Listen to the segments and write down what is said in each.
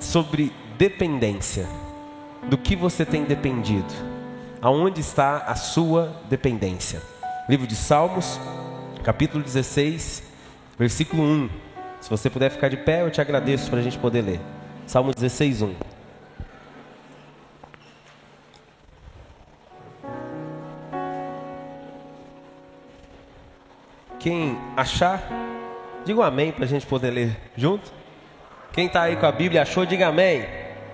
sobre dependência. Do que você tem dependido? Aonde está a sua dependência? Livro de Salmos, capítulo 16, versículo 1. Se você puder ficar de pé, eu te agradeço para a gente poder ler. Salmo 16, 1. Quem achar, diga um amém para a gente poder ler junto. Quem está aí com a Bíblia achou, diga amém.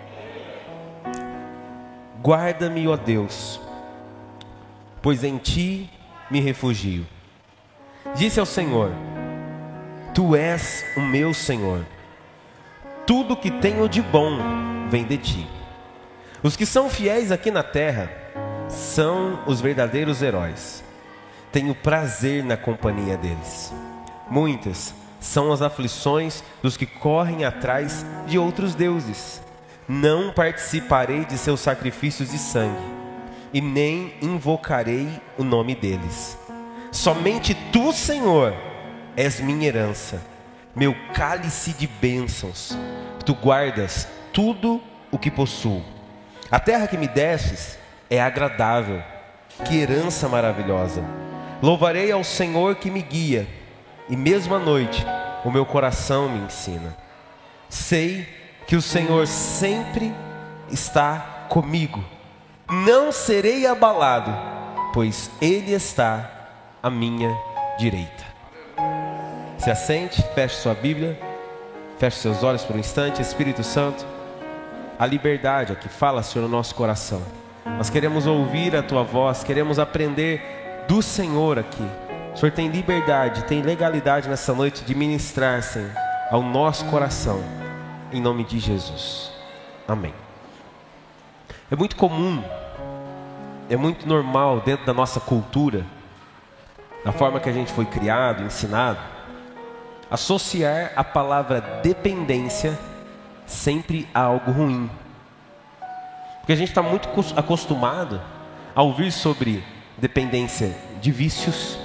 Guarda-me, ó Deus, pois em ti me refugio. Disse ao Senhor: Tu és o meu Senhor. Tudo que tenho de bom vem de ti. Os que são fiéis aqui na terra são os verdadeiros heróis. Tenho prazer na companhia deles. Muitas são as aflições dos que correm atrás de outros deuses. Não participarei de seus sacrifícios de sangue, e nem invocarei o nome deles. Somente tu, Senhor, és minha herança, meu cálice de bênçãos. Tu guardas tudo o que possuo. A terra que me destes é agradável, que herança maravilhosa. Louvarei ao Senhor que me guia, e mesmo à noite o meu coração me ensina. Sei que o Senhor sempre está comigo. Não serei abalado, pois Ele está à minha direita. Se assente, feche sua Bíblia, feche seus olhos por um instante. Espírito Santo, a liberdade aqui, fala, Senhor, no nosso coração. Nós queremos ouvir a Tua voz, queremos aprender do Senhor aqui. O Senhor tem liberdade, tem legalidade nessa noite de ministrar, Senhor, ao nosso coração, em nome de Jesus. Amém. É muito comum, é muito normal dentro da nossa cultura, da forma que a gente foi criado, ensinado, associar a palavra dependência sempre a algo ruim. Porque a gente está muito acostumado a ouvir sobre dependência de vícios,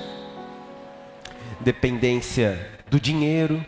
dependência do dinheiro,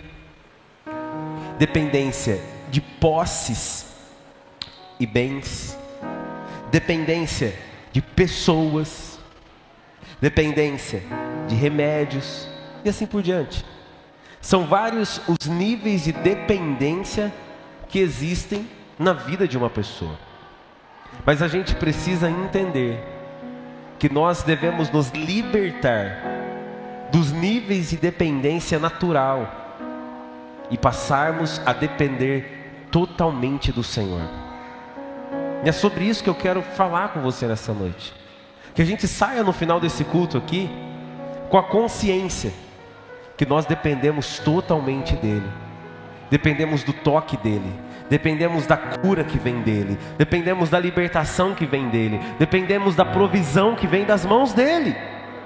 dependência de posses e bens, dependência de pessoas, dependência de remédios e assim por diante. São vários os níveis de dependência que existem na vida de uma pessoa. Mas a gente precisa entender que nós devemos nos libertar dos níveis de dependência natural e passarmos a depender totalmente do Senhor. E é sobre isso que eu quero falar com você nessa noite. Que a gente saia no final desse culto aqui com a consciência que nós dependemos totalmente dEle. Dependemos do toque dEle. Dependemos da cura que vem dEle. Dependemos da libertação que vem dEle. Dependemos da provisão que vem das mãos dEle.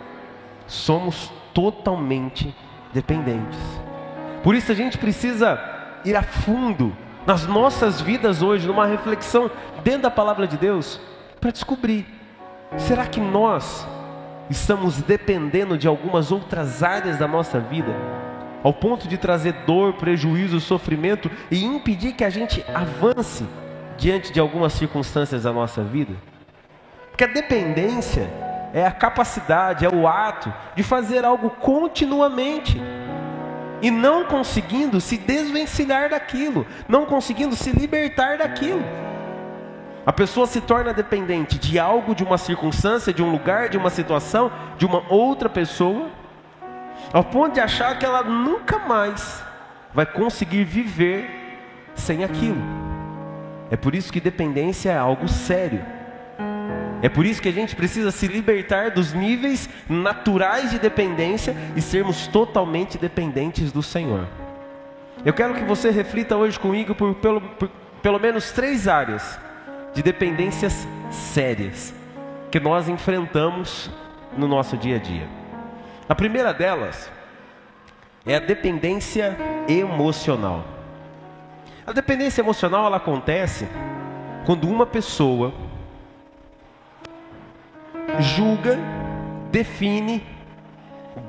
Somos totalmente dependentes. Por isso a gente precisa ir a fundo nas nossas vidas hoje, numa reflexão dentro da palavra de Deus, para descobrir, será que nós estamos dependendo de algumas outras áreas da nossa vida, ao ponto de trazer dor, prejuízo, sofrimento e impedir que a gente avance diante de algumas circunstâncias da nossa vida? Porque a dependência é a capacidade, é o ato de fazer algo continuamente e não conseguindo se desvencilhar daquilo, não conseguindo se libertar daquilo. A pessoa se torna dependente de algo, de uma circunstância, de um lugar, de uma situação, de uma outra pessoa, ao ponto de achar que ela nunca mais vai conseguir viver sem aquilo. É por isso que dependência é algo sério. É por isso que a gente precisa se libertar dos níveis naturais de dependência e sermos totalmente dependentes do Senhor. Eu quero que você reflita hoje comigo por pelo menos 3 áreas de dependências sérias que nós enfrentamos no nosso dia a dia. A primeira delas é a dependência emocional. A dependência emocional, ela acontece quando uma pessoa julga, define,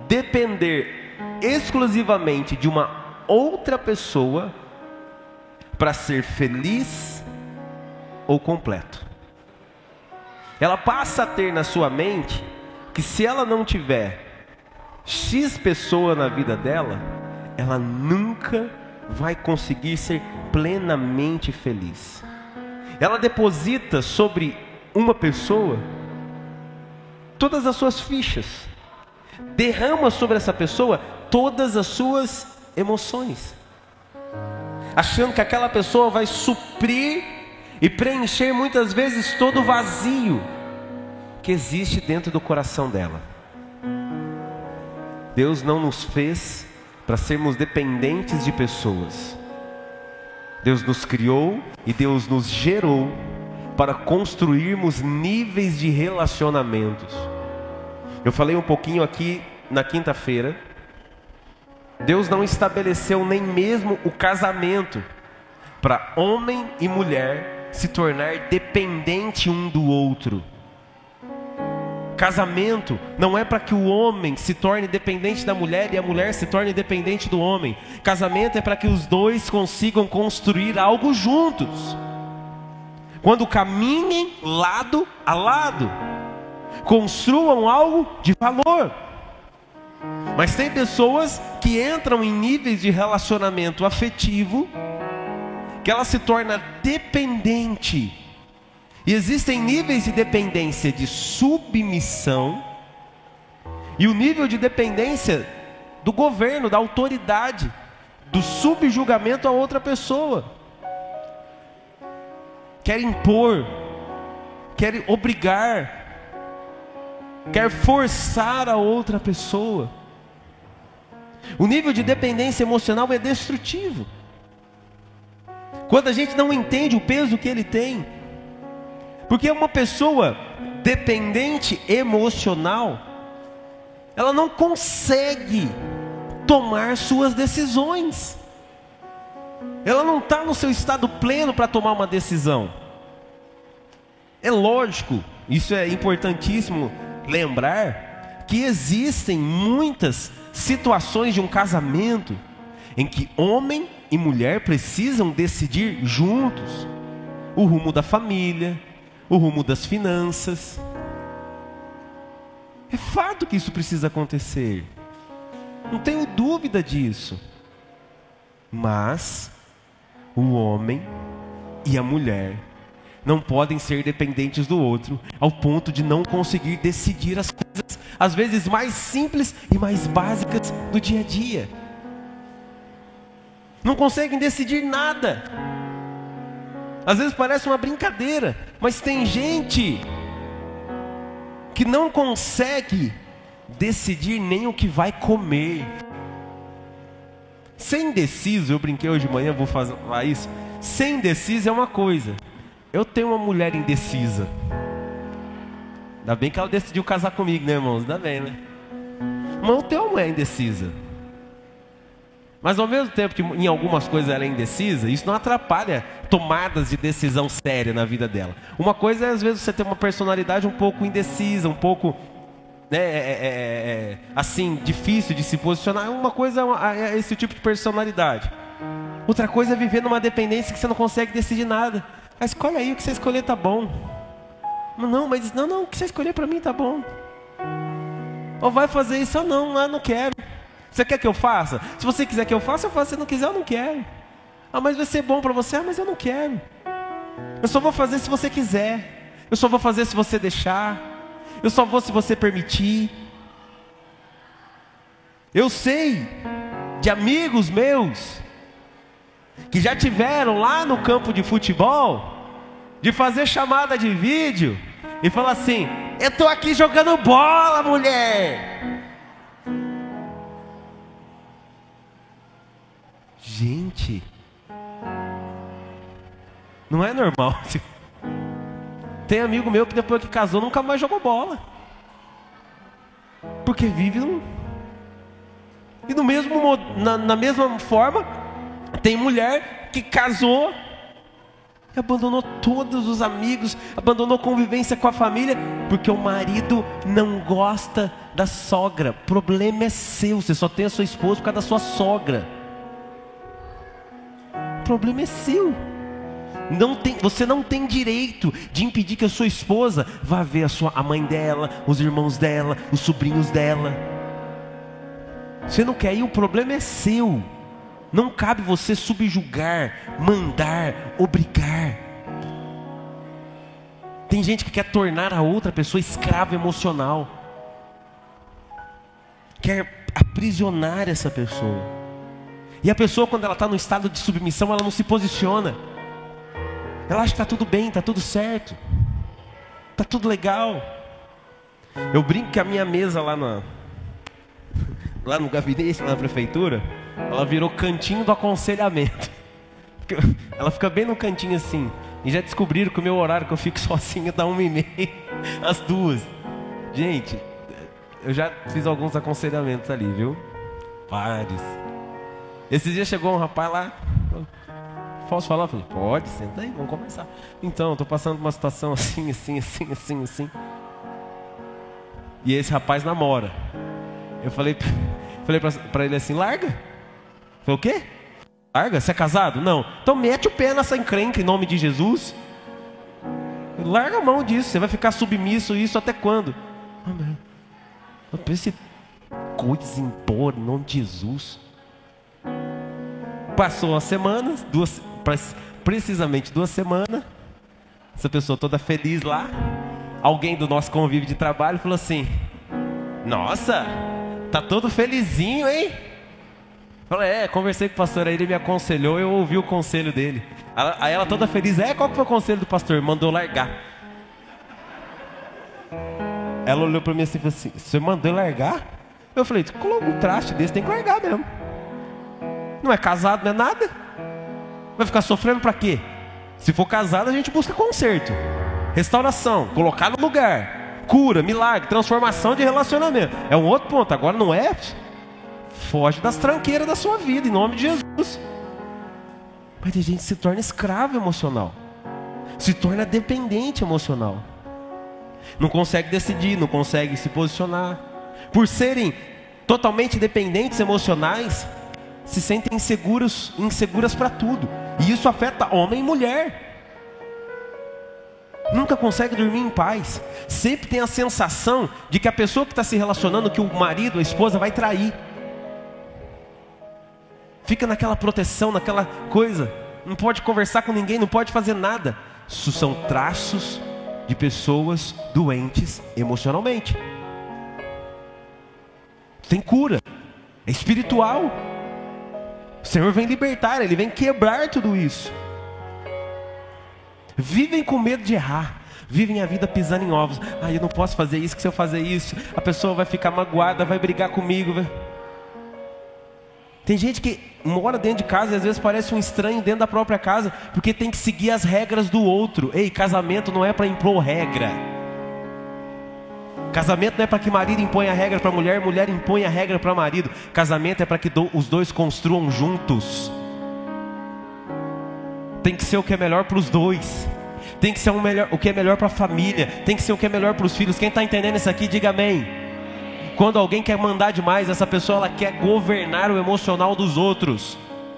depender exclusivamente de uma outra pessoa para ser feliz ou completo. Ela passa a ter na sua mente que se ela não tiver X pessoa na vida dela, ela nunca vai conseguir ser plenamente feliz. Ela deposita sobre uma pessoa todas as suas fichas, derrama sobre essa pessoa todas as suas emoções, achando que aquela pessoa vai suprir e preencher muitas vezes todo o vazio que existe dentro do coração dela. Deus não nos fez para sermos dependentes de pessoas. Deus nos criou e Deus nos gerou para construirmos níveis de relacionamentos. Eu falei um pouquinho aqui na quinta-feira. Deus não estabeleceu nem mesmo o casamento para homem e mulher se tornar dependente um do outro. Casamento não é para que o homem se torne dependente da mulher e a mulher se torne dependente do homem. Casamento é para que os dois consigam construir algo juntos. Quando caminhem lado a lado, construam algo de valor. Mas tem pessoas que entram em níveis de relacionamento afetivo que ela se torna dependente. E existem níveis de dependência de submissão e o nível de dependência do governo, da autoridade, do subjugamento a outra pessoa. Quer impor, quer obrigar, quer forçar a outra pessoa. O nível de dependência emocional é destrutivo. Quando a gente não entende o peso que ele tem. Porque uma pessoa dependente emocional, ela não consegue tomar suas decisões. Ela não está no seu estado pleno para tomar uma decisão. É lógico, isso é importantíssimo lembrar, que existem muitas situações de um casamento em que homem e mulher precisam decidir juntos o rumo da família, o rumo das finanças. É fato que isso precisa acontecer, não tenho dúvida disso. Mas o homem e a mulher não podem ser dependentes do outro ao ponto de não conseguir decidir as coisas, às vezes mais simples e mais básicas do dia a dia. Não conseguem decidir nada. Às vezes parece uma brincadeira, mas tem gente que não consegue decidir nem o que vai comer. Ser indeciso, eu brinquei hoje de manhã, vou falar isso. Ser indeciso é uma coisa. Eu tenho uma mulher indecisa. Ainda bem que ela decidiu casar comigo, né, irmãos? Ainda bem, né? Mas eu tenho uma mulher indecisa. Mas ao mesmo tempo que em algumas coisas ela é indecisa, isso não atrapalha tomadas de decisão séria na vida dela. Uma coisa é às vezes você ter uma personalidade um pouco indecisa, um pouco assim, difícil de se posicionar. Uma coisa é esse tipo de personalidade. Outra coisa é viver numa dependência que você não consegue decidir nada. Ah, escolhe aí, o que você escolher tá bom. Não, o que você escolher para mim tá bom. Ou vai fazer isso ou não, não quero. Você quer que eu faça? Se você quiser que eu faça, eu faço. Se não quiser, eu não quero. Ah, mas vai ser bom para você. Ah, mas eu não quero. Eu só vou fazer se você quiser. Eu só vou fazer se você deixar. Eu só vou se você permitir. Eu sei de amigos meus que já tiveram lá no campo de futebol de fazer chamada de vídeo e falar assim: eu tô aqui jogando bola, mulher. Gente, não é normal. Tem amigo meu que depois que casou nunca mais jogou bola, porque vive e no mesmo, na mesma forma, tem mulher que casou e abandonou todos os amigos, abandonou convivência com a família, porque o marido não gosta da sogra. O problema é seu, você só tem a sua esposa por causa da sua sogra. problema é seu. Você não tem direito de impedir que a sua esposa vá ver a mãe dela, os irmãos dela, os sobrinhos dela. Você não quer ir, o problema é seu. Não cabe você subjugar, mandar, obrigar. Tem gente que quer tornar a outra pessoa escrava emocional, quer aprisionar essa pessoa. E a pessoa, quando ela está no estado de submissão, ela não se posiciona. Ela acha que está tudo bem, está tudo certo, está tudo legal. Eu brinco que a minha mesa lá no gabinete, lá na prefeitura, ela virou cantinho do aconselhamento. Ela fica bem no cantinho assim. E já descobriram que o meu horário que eu fico sozinho dá 1h30 às 2h. Gente, eu já fiz alguns aconselhamentos ali, viu? Vários. Esses dias chegou um rapaz lá. Posso falar? Eu falei, pode, senta aí, vamos conversar. Então, eu tô passando por uma situação assim. E esse rapaz namora. Eu falei pra ele assim, larga. Eu falei, o quê? Larga? Você é casado? Não. Então mete o pé nessa encrenca em nome de Jesus. Larga a mão disso. Você vai ficar submisso isso até quando? Amém. Esse coisa impor em nome de Jesus. Passou uma semana, precisamente 2 semanas. Essa pessoa toda feliz lá. Alguém do nosso convívio de trabalho falou assim, nossa, tá todo felizinho, hein? Falei, conversei com o pastor aí, ele me aconselhou, eu ouvi o conselho dele. Aí ela toda feliz, qual que foi o conselho do pastor? Mandou largar. Ela olhou pra mim assim e falou assim, você mandou largar? Eu falei, colocou um traste desse, tem que largar mesmo. Não é casado, não é nada. Vai ficar sofrendo pra quê? Se for casado, a gente busca conserto, restauração, colocar no lugar, cura, milagre, transformação de relacionamento. É um outro ponto, agora não é... Foge das tranqueiras da sua vida, em nome de Jesus. Mas tem gente que se torna escravo emocional, se torna dependente emocional. Não consegue decidir, não consegue se posicionar. Por serem totalmente dependentes emocionais, se sentem inseguras para tudo. E isso afeta homem e mulher. Nunca consegue dormir em paz. Sempre tem a sensação de que a pessoa que está se relacionando, que o marido, a esposa vai trair. Fica naquela proteção, naquela coisa. Não pode conversar com ninguém, não pode fazer nada. Isso são traços de pessoas doentes emocionalmente. Tem cura. É espiritual. O Senhor vem libertar, Ele vem quebrar tudo isso. Vivem com medo de errar. Vivem a vida pisando em ovos. Eu não posso fazer isso, que se eu fazer isso, a pessoa vai ficar magoada, vai brigar comigo. Tem gente que mora dentro de casa e às vezes parece um estranho dentro da própria casa, porque tem que seguir as regras do outro. Ei, casamento não é para impor regra. Casamento não é para que marido imponha a regra para mulher, mulher impõe a regra para marido. Casamento é para que os dois construam juntos. Tem que ser o que é melhor para os dois. Tem que ser o que é melhor para a família. Tem que ser o que é melhor para os filhos. Quem está entendendo isso aqui, diga amém. Quando alguém quer mandar demais, essa pessoa ela quer governar o emocional dos outros.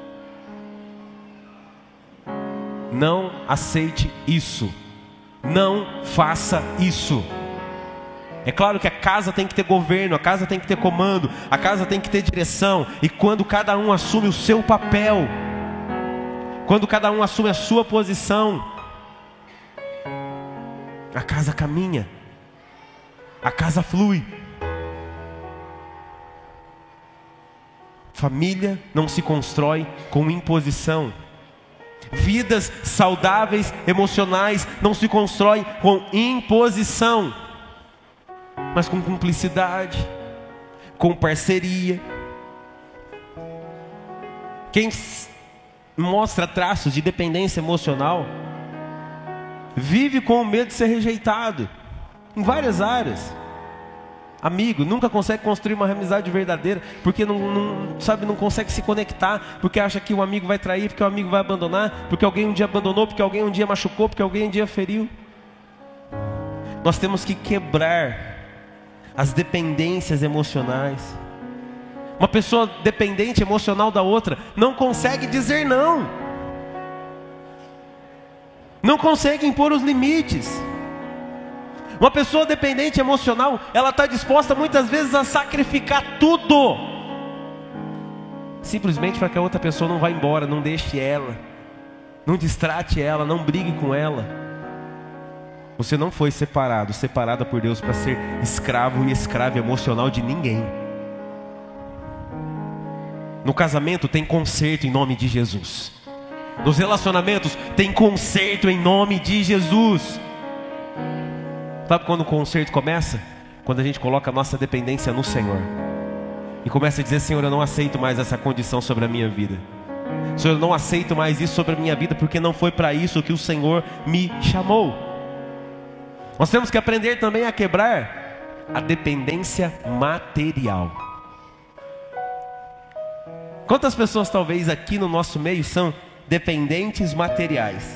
Não aceite isso. Não faça isso. É claro que a casa tem que ter governo, a casa tem que ter comando, a casa tem que ter direção. E quando cada um assume o seu papel, quando cada um assume a sua posição, a casa caminha, a casa flui. Família não se constrói com imposição. Vidas saudáveis, emocionais, não se constroem com imposição, mas com cumplicidade, com parceria. Quem mostra traços de dependência emocional vive com o medo de ser rejeitado em várias áreas. Amigo, nunca consegue construir uma amizade verdadeira, porque não consegue se conectar, porque acha que o amigo vai trair, porque o amigo vai abandonar, porque alguém um dia abandonou, porque alguém um dia machucou, porque alguém um dia feriu. Nós temos que quebrar as dependências emocionais. Uma pessoa dependente emocional da outra não consegue dizer não. não consegue impor os limites. Uma pessoa dependente emocional, ela está disposta muitas vezes a sacrificar tudo, simplesmente para que a outra pessoa não vá embora, não deixe ela, não distrate ela, não brigue com ela. Você não foi separada por Deus para ser escravo e escrava emocional de ninguém. No casamento tem conserto em nome de Jesus. Nos relacionamentos tem conserto em nome de Jesus. Sabe quando o conserto começa? Quando a gente coloca a nossa dependência no Senhor e começa a dizer: Senhor, eu não aceito mais essa condição sobre a minha vida. Senhor, eu não aceito mais isso sobre a minha vida, porque não foi para isso que o Senhor me chamou. Nós temos que aprender também a quebrar a dependência material. Quantas pessoas talvez aqui no nosso meio são dependentes materiais?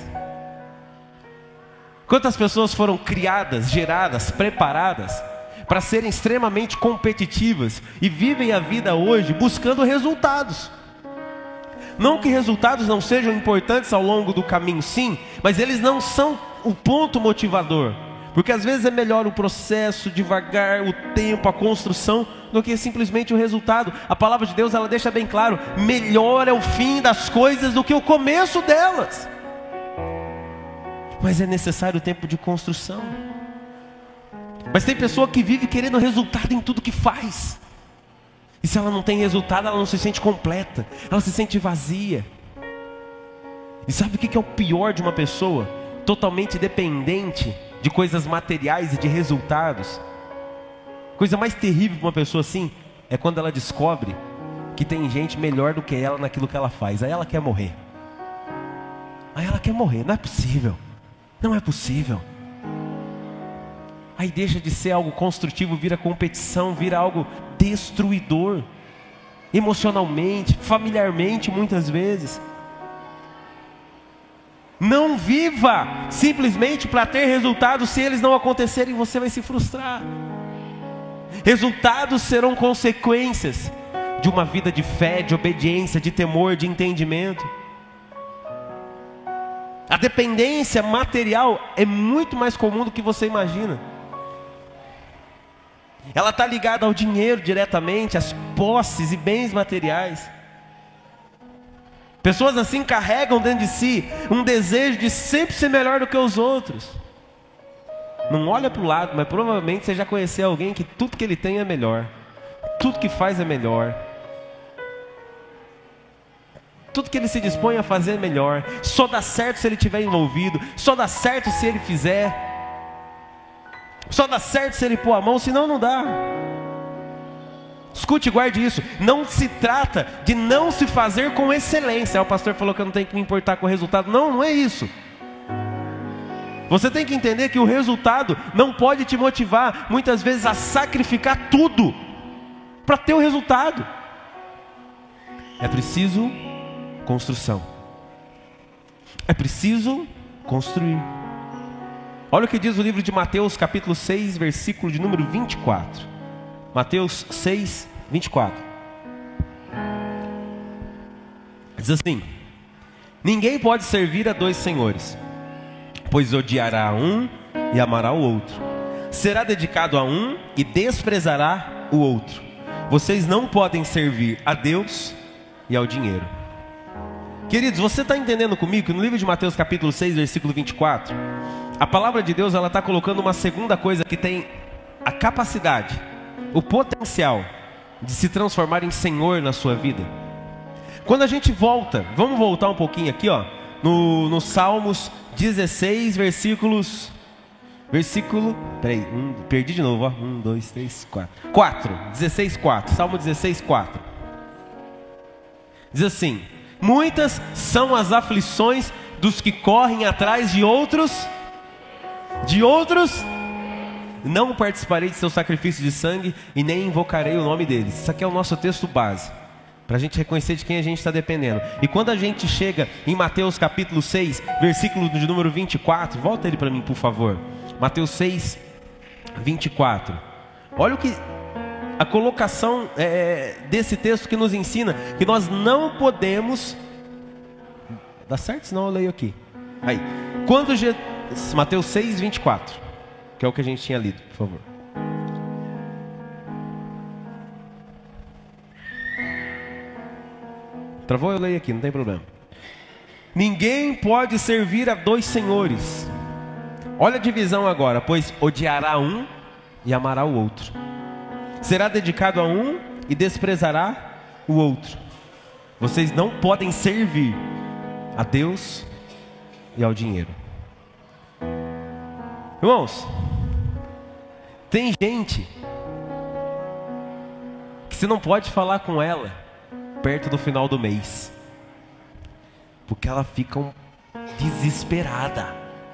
Quantas pessoas foram criadas, geradas, preparadas para serem extremamente competitivas e vivem a vida hoje buscando resultados? Não que resultados não sejam importantes ao longo do caminho, sim, mas eles não são o ponto motivador. Porque às vezes é melhor o processo, devagar, o tempo, a construção, do que simplesmente o resultado. A palavra de Deus, ela deixa bem claro: melhor é o fim das coisas do que o começo delas. Mas é necessário o tempo de construção. Mas tem pessoa que vive querendo resultado em tudo que faz. E se ela não tem resultado, ela não se sente completa, ela se sente vazia. E sabe o que é o pior de uma pessoa totalmente dependente de coisas materiais e de resultados? Coisa mais terrível para uma pessoa assim é quando ela descobre que tem gente melhor do que ela naquilo que ela faz. Aí ela quer morrer. Não é possível. Não é possível. Aí deixa de ser algo construtivo, vira competição, vira algo destruidor, emocionalmente, familiarmente, muitas vezes. Não viva simplesmente para ter resultados. Se eles não acontecerem, você vai se frustrar. Resultados serão consequências de uma vida de fé, de obediência, de temor, de entendimento. A dependência material é muito mais comum do que você imagina. Ela está ligada ao dinheiro diretamente, às posses e bens materiais. Pessoas assim carregam dentro de si um desejo de sempre ser melhor do que os outros. Não olha para o lado, mas provavelmente você já conheceu alguém que tudo que ele tem é melhor, tudo que faz é melhor, tudo que ele se dispõe a fazer é melhor. Só dá certo se ele estiver envolvido, só dá certo se ele fizer, só dá certo se ele pôr a mão, senão não dá. Escute e guarde isso. Não se trata de não se fazer com excelência. O pastor falou que eu não tenho que me importar com o resultado. Não, não é isso. Você tem que entender que o resultado não pode te motivar muitas vezes a sacrificar tudo para ter o resultado. É preciso construção. É preciso construir. Olha o que diz o livro de Mateus capítulo 6, versículo de número 24. Mateus 6, 24. Diz assim: ninguém pode servir a dois senhores, pois odiará um e amará o outro, será dedicado a um e desprezará o outro. Vocês não podem servir a Deus e ao dinheiro. Queridos, você está entendendo comigo que no livro de Mateus capítulo 6, versículo 24, a palavra de Deus ela está colocando uma segunda coisa que tem a capacidade, o potencial de se transformar em Senhor na sua vida. Quando a gente volta, vamos voltar um pouquinho aqui, ó, no Salmos 16, perdi de novo, ó, 1, 2, 3, 4, 16, 4, Salmo 16, 4, diz assim: muitas são as aflições dos que correm atrás de outros, não participarei de seu sacrifício de sangue e nem invocarei o nome deles. Isso aqui é o nosso texto base, para a gente reconhecer de quem a gente está dependendo. E quando a gente chega em Mateus capítulo 6, versículo de número 24, volta ele para mim por favor, Mateus 6, 24, olha o que a colocação desse texto que nos ensina que nós não podemos, dá certo? Senão eu leio aqui. Aí, Mateus 6, 24, que é o que a gente tinha lido, por favor. Travou? Eu leio aqui, não tem problema. Ninguém pode servir a dois senhores. Olha a divisão agora, pois odiará um e amará o outro. Será dedicado a um e desprezará o outro. Vocês não podem servir a Deus e ao dinheiro. Irmãos, tem gente que você não pode falar com ela perto do final do mês, porque ela fica desesperada.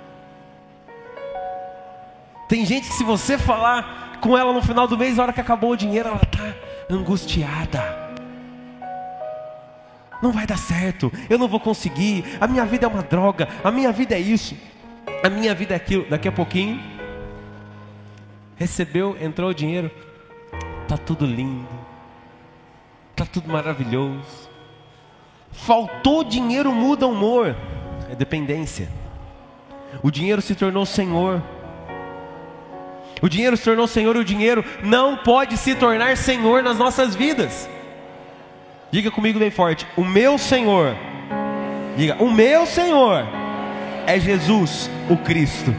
Tem gente que se você falar com ela no final do mês, na hora que acabou o dinheiro, ela está angustiada. Não vai dar certo, eu não vou conseguir, a minha vida é uma droga, a minha vida é isso, a minha vida é aquilo. Daqui a pouquinho, recebeu, entrou o dinheiro, está tudo lindo, está tudo maravilhoso. Faltou dinheiro, muda o humor, é dependência. O dinheiro se tornou senhor. O dinheiro se tornou senhor e o dinheiro não pode se tornar senhor nas nossas vidas. Diga comigo bem forte: o meu Senhor. Diga: o meu Senhor é Jesus, o Cristo.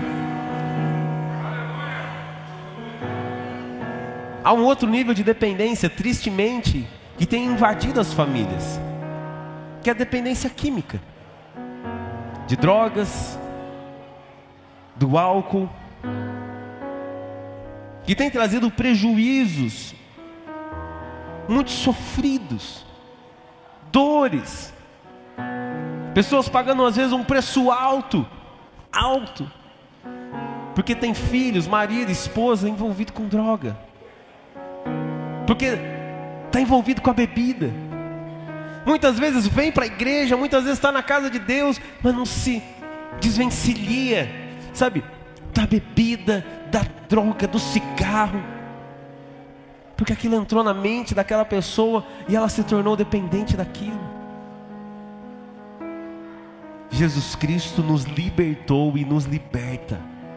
Há um outro nível de dependência, tristemente, que tem invadido as famílias, que é a dependência química, de drogas, do álcool, que tem trazido prejuízos muito sofridos, dores, pessoas pagando às vezes um preço alto, porque tem filhos, marido, esposa envolvido com droga, porque está envolvido com a bebida. Muitas vezes vem para a igreja, muitas vezes está na casa de Deus, mas não se desvencilha, sabe, da bebida, da droga, do cigarro, porque aquilo entrou na mente daquela pessoa e ela se tornou dependente daquilo. Jesus Cristo nos libertou e nos liberta.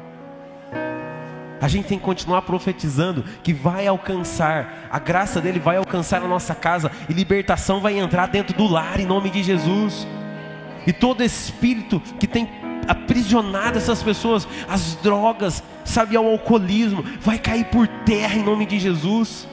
A gente tem que continuar profetizando que vai alcançar, a graça dele vai alcançar a nossa casa, e libertação vai entrar dentro do lar em nome de Jesus. E todo espírito que tem aprisionado essas pessoas, as drogas, sabe, ao alcoolismo, vai cair por terra em nome de Jesus.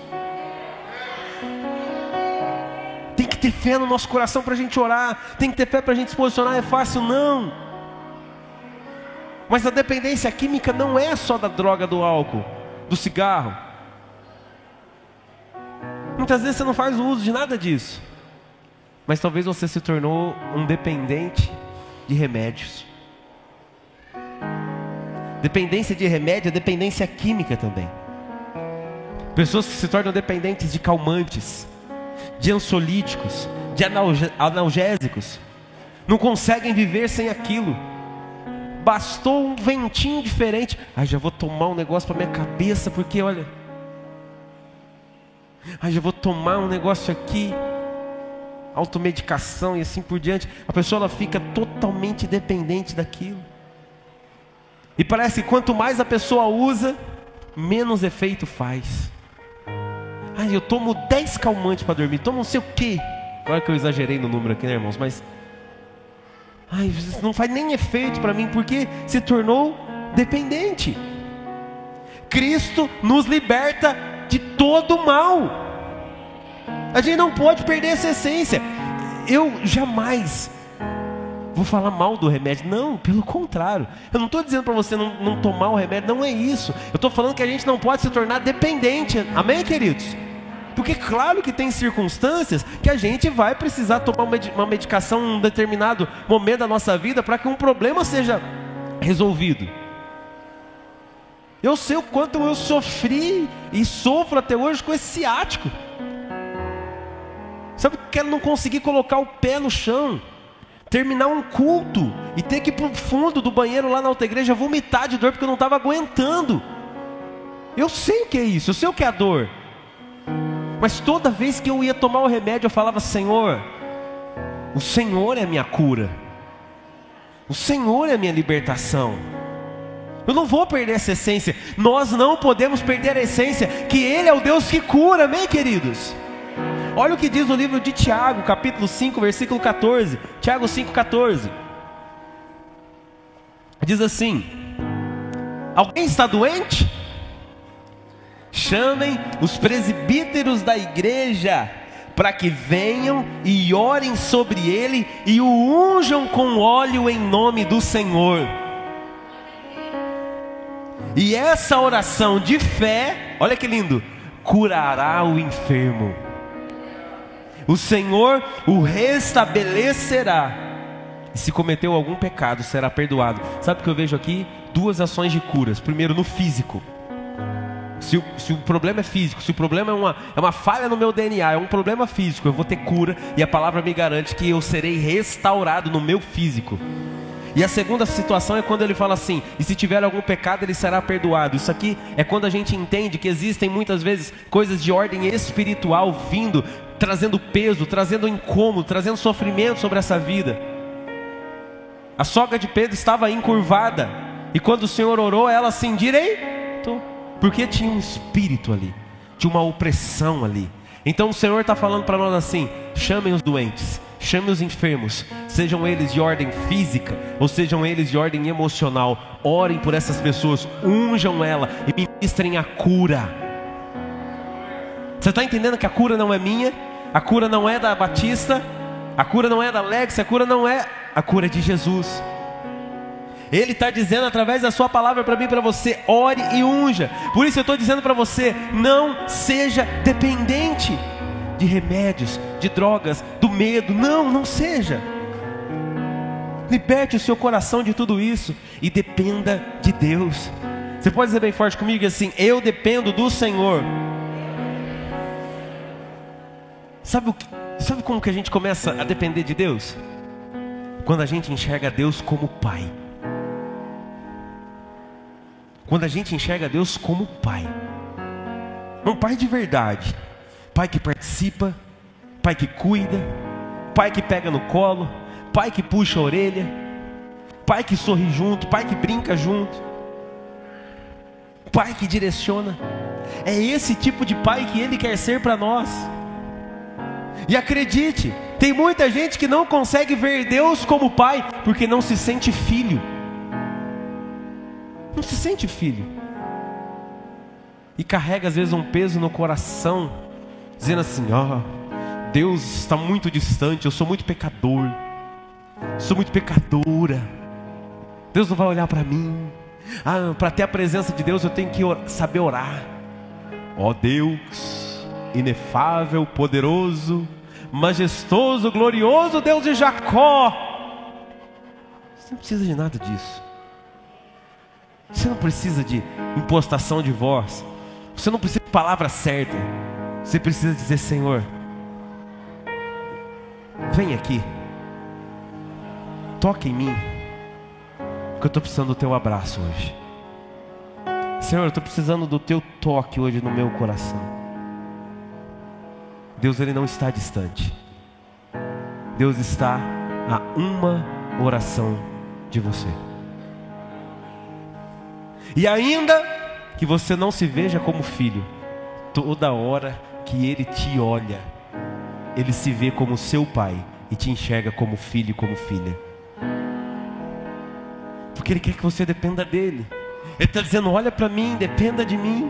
Tem que ter fé no nosso coração para a gente orar, tem que ter fé para a gente se posicionar. É fácil? Não. Mas a dependência química não é só da droga, do álcool, do cigarro. Muitas vezes você não faz uso de nada disso, mas talvez você se tornou um dependente de remédios. Dependência de remédio é dependência química também. Pessoas que se tornam dependentes de calmantes, de ansiolíticos, de analgésicos, não conseguem viver sem aquilo. Bastou um ventinho diferente, já vou tomar um negócio para minha cabeça, porque olha, já vou tomar um negócio aqui, automedicação e assim por diante. A pessoa ela fica totalmente dependente daquilo, e parece que quanto mais a pessoa usa, menos efeito faz. Eu tomo 10 calmantes para dormir, tomo não sei o que. Claro que eu exagerei no número aqui, né, irmãos? Mas não faz nem efeito para mim, porque se tornou dependente. Cristo nos liberta de todo o mal. A gente não pode perder essa essência. Eu jamais vou falar mal do remédio, não, pelo contrário. Eu não estou dizendo para você não tomar o remédio, não é isso. Eu estou falando que a gente não pode se tornar dependente. Amém, queridos? Porque claro que tem circunstâncias que a gente vai precisar tomar uma medicação em um determinado momento da nossa vida para que um problema seja resolvido. Eu sei o quanto eu sofri e sofro até hoje com esse ciático. Sabe que eu não consegui colocar o pé no chão, terminar um culto e ter que ir para o fundo do banheiro lá na outra igreja vomitar de dor porque eu não estava aguentando. Eu sei o que é isso, eu sei o que é a dor. Mas toda vez que eu ia tomar o remédio, eu falava: Senhor, o Senhor é a minha cura. O Senhor é a minha libertação. Eu não vou perder essa essência. Nós não podemos perder a essência, que Ele é o Deus que cura, amém, queridos? Olha o que diz o livro de Tiago, capítulo 5, versículo 14. Tiago 5,14. Diz assim: alguém está doente? Chamem os presbíteros da igreja, para que venham e orem sobre ele e o unjam com óleo em nome do Senhor. E essa oração de fé, olha que lindo, curará o enfermo. O Senhor o restabelecerá. E se cometeu algum pecado, será perdoado. Sabe o que eu vejo aqui? Duas ações de curas. Primeiro, no físico. Se o problema é físico, se o problema é uma falha no meu DNA, é um problema físico, eu vou ter cura. E a palavra me garante que eu serei restaurado no meu físico. E a segunda situação é quando ele fala assim: e se tiver algum pecado, ele será perdoado. Isso aqui é quando a gente entende que existem muitas vezes coisas de ordem espiritual vindo, trazendo peso, trazendo incômodo, trazendo sofrimento sobre essa vida. A sogra de Pedro estava encurvada, e quando o Senhor orou, ela se endireitou, porque tinha um espírito ali, tinha uma opressão ali. Então o Senhor está falando para nós assim: chamem os doentes, chamem os enfermos, sejam eles de ordem física ou sejam eles de ordem emocional. Orem por essas pessoas, unjam ela e ministrem a cura. Você está entendendo que a cura não é minha, a cura não é da Batista, a cura não é da Alex, a cura não é, a cura é de Jesus. Ele está dizendo através da sua palavra para mim e para você: ore e unja. Por isso eu estou dizendo para você: não seja dependente de remédios, de drogas, do medo. Não seja. Liberte o seu coração de tudo isso e dependa de Deus. Você pode dizer bem forte comigo assim: eu dependo do Senhor. Sabe como que a gente começa a depender de Deus? Quando a gente enxerga Deus como Pai. Quando a gente enxerga Deus como Pai. Um Pai de verdade. Pai que participa, Pai que cuida, Pai que pega no colo, Pai que puxa a orelha, Pai que sorri junto, Pai que brinca junto, Pai que direciona. É esse tipo de Pai que Ele quer ser para nós. E acredite, tem muita gente que não consegue ver Deus como Pai, porque não se sente filho. Não se sente filho. E carrega às vezes um peso no coração, dizendo assim: Deus está muito distante, eu sou muito pecador, sou muito pecadora, Deus não vai olhar para mim. Para ter a presença de Deus eu tenho que saber orar. Ó Deus, inefável, poderoso, majestoso, glorioso Deus de Jacó. Você não precisa de nada disso. Você não precisa de impostação de voz. Você não precisa de palavra certa. Você precisa dizer: Senhor, vem aqui, toque em mim, porque eu estou precisando do teu abraço hoje. Senhor, eu estou precisando do teu toque hoje no meu coração. Deus, Ele não está distante. Deus está a uma oração de você. E ainda que você não se veja como filho, toda hora que Ele te olha, Ele se vê como seu pai e te enxerga como filho e como filha. Porque Ele quer que você dependa dEle. Ele está dizendo: olha para mim, dependa de mim.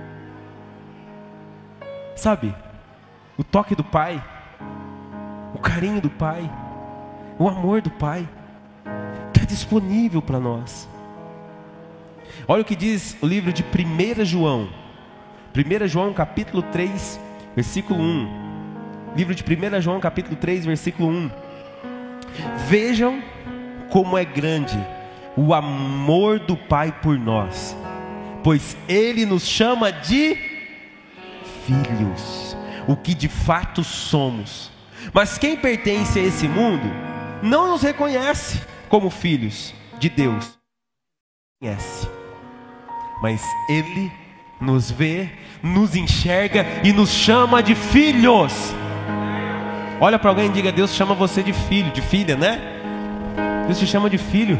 Sabe, o toque do Pai, o carinho do Pai, o amor do Pai está disponível para nós. Olha o que diz o livro de 1 João. 1 João capítulo 3, versículo 1. Livro de 1 João capítulo 3, versículo 1. Vejam como é grande o amor do Pai por nós, pois Ele nos chama de filhos, o que de fato somos. Mas quem pertence a esse mundo não nos reconhece como filhos de Deus. Conhece. Mas Ele nos vê, nos enxerga e nos chama de filhos. Olha para alguém e diga: Deus chama você de filho, de filha, né? Deus te chama de filho.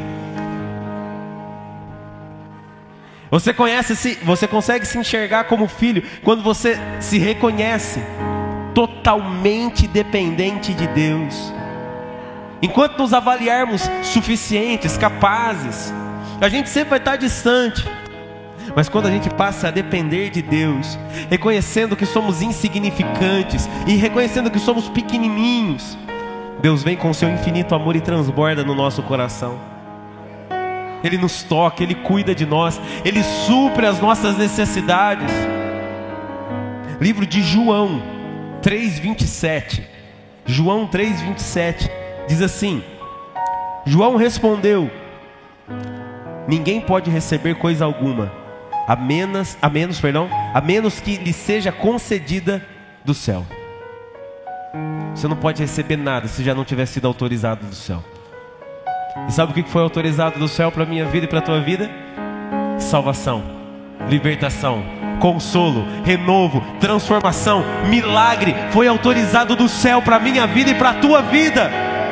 Você consegue se enxergar como filho quando você se reconhece totalmente dependente de Deus. Enquanto nos avaliarmos suficientes, capazes, a gente sempre vai estar distante. Mas quando a gente passa a depender de Deus, reconhecendo que somos insignificantes e reconhecendo que somos pequenininhos, Deus vem com seu infinito amor e transborda no nosso coração. Ele nos toca, Ele cuida de nós, Ele supre as nossas necessidades. Livro de João 3:27. João 3:27 diz assim: João respondeu: ninguém pode receber coisa alguma, a menos que lhe seja concedida do céu. Você não pode receber nada se já não tiver sido autorizado do céu. E sabe o que foi autorizado do céu para a minha vida e para a tua vida? Salvação, libertação, consolo, renovo, transformação, milagre. Foi autorizado do céu para a minha vida e para a tua vida.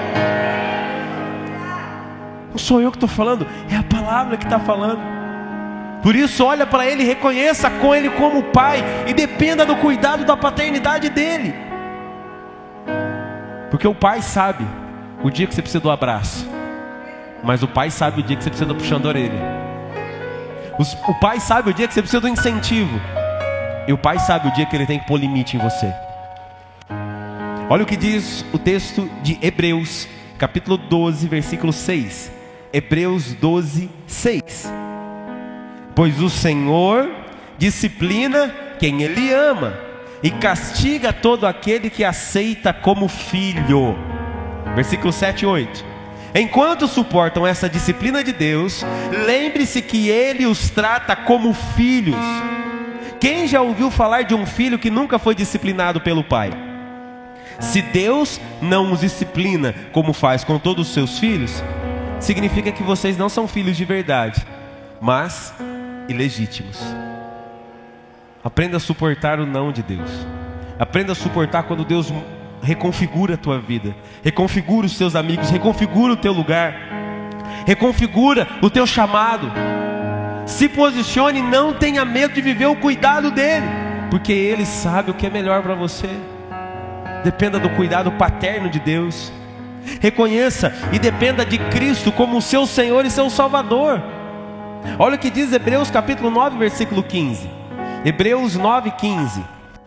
Não sou eu que estou falando, é a palavra que está falando. Por isso olha para Ele, reconheça com Ele como Pai e dependa do cuidado da paternidade dEle. Porque o Pai sabe o dia que você precisa do abraço, mas o Pai sabe o dia que você precisa puxando a orelha. O Pai sabe o dia que você precisa do incentivo, e o Pai sabe o dia que Ele tem que pôr limite em você. Olha o que diz o texto de Hebreus, capítulo 12, versículo 6. Hebreus 12, 6. Pois o Senhor disciplina quem Ele ama e castiga todo aquele que aceita como filho. Versículo 7 e 8. Enquanto suportam essa disciplina de Deus, lembre-se que Ele os trata como filhos. Quem já ouviu falar de um filho que nunca foi disciplinado pelo pai? Se Deus não os disciplina como faz com todos os seus filhos, significa que vocês não são filhos de verdade, mas ilegítimos. Aprenda a suportar o não de Deus. Aprenda a suportar quando Deus reconfigura a tua vida, reconfigura os teus amigos, reconfigura o teu lugar, reconfigura o teu chamado. Se posicione, não tenha medo de viver o cuidado dEle, porque Ele sabe o que é melhor para você. Dependa do cuidado paterno de Deus. Reconheça e dependa de Cristo como o seu Senhor e seu Salvador. Olha o que diz Hebreus capítulo 9, versículo 15. Hebreus 9, 15.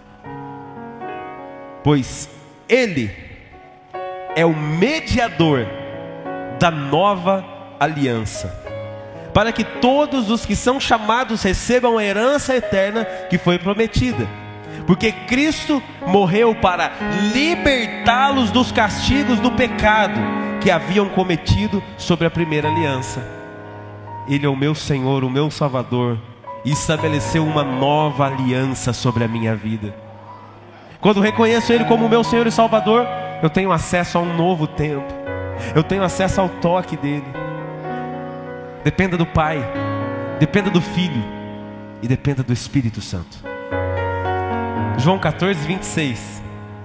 Pois Ele é o mediador da nova aliança, para que todos os que são chamados recebam a herança eterna que foi prometida. Porque Cristo morreu para libertá-los dos castigos do pecado que haviam cometido sobre a primeira aliança. Ele é o meu Senhor, o meu Salvador, e estabeleceu uma nova aliança sobre a minha vida. Quando reconheço Ele como meu Senhor e Salvador, eu tenho acesso a um novo tempo. Eu tenho acesso ao toque dEle. Dependa do Pai, dependa do Filho e dependa do Espírito Santo. João 14, 26.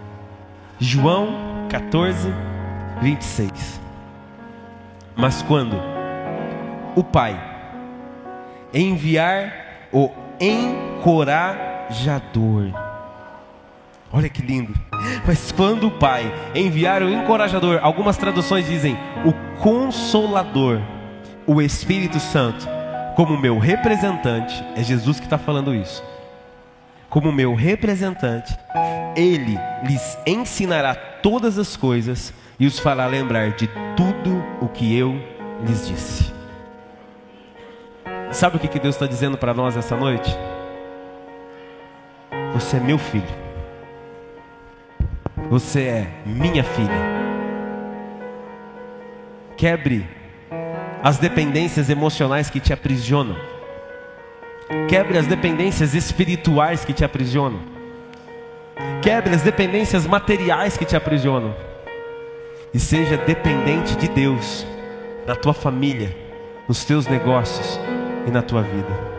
João 14, 26. Mas quando o Pai enviar o encorajador, olha que lindo. Mas quando o Pai enviar o encorajador, algumas traduções dizem o Consolador, o Espírito Santo, como meu representante, é Jesus que está falando isso, como meu representante, Ele lhes ensinará todas as coisas e os fará lembrar de tudo o que eu lhes disse. Sabe o que Deus está dizendo para nós essa noite? Você é meu filho. Você é minha filha. Quebre as dependências emocionais que te aprisionam. Quebre as dependências espirituais que te aprisionam. Quebre as dependências materiais que te aprisionam. E seja dependente de Deus na tua família, nos teus negócios e na tua vida.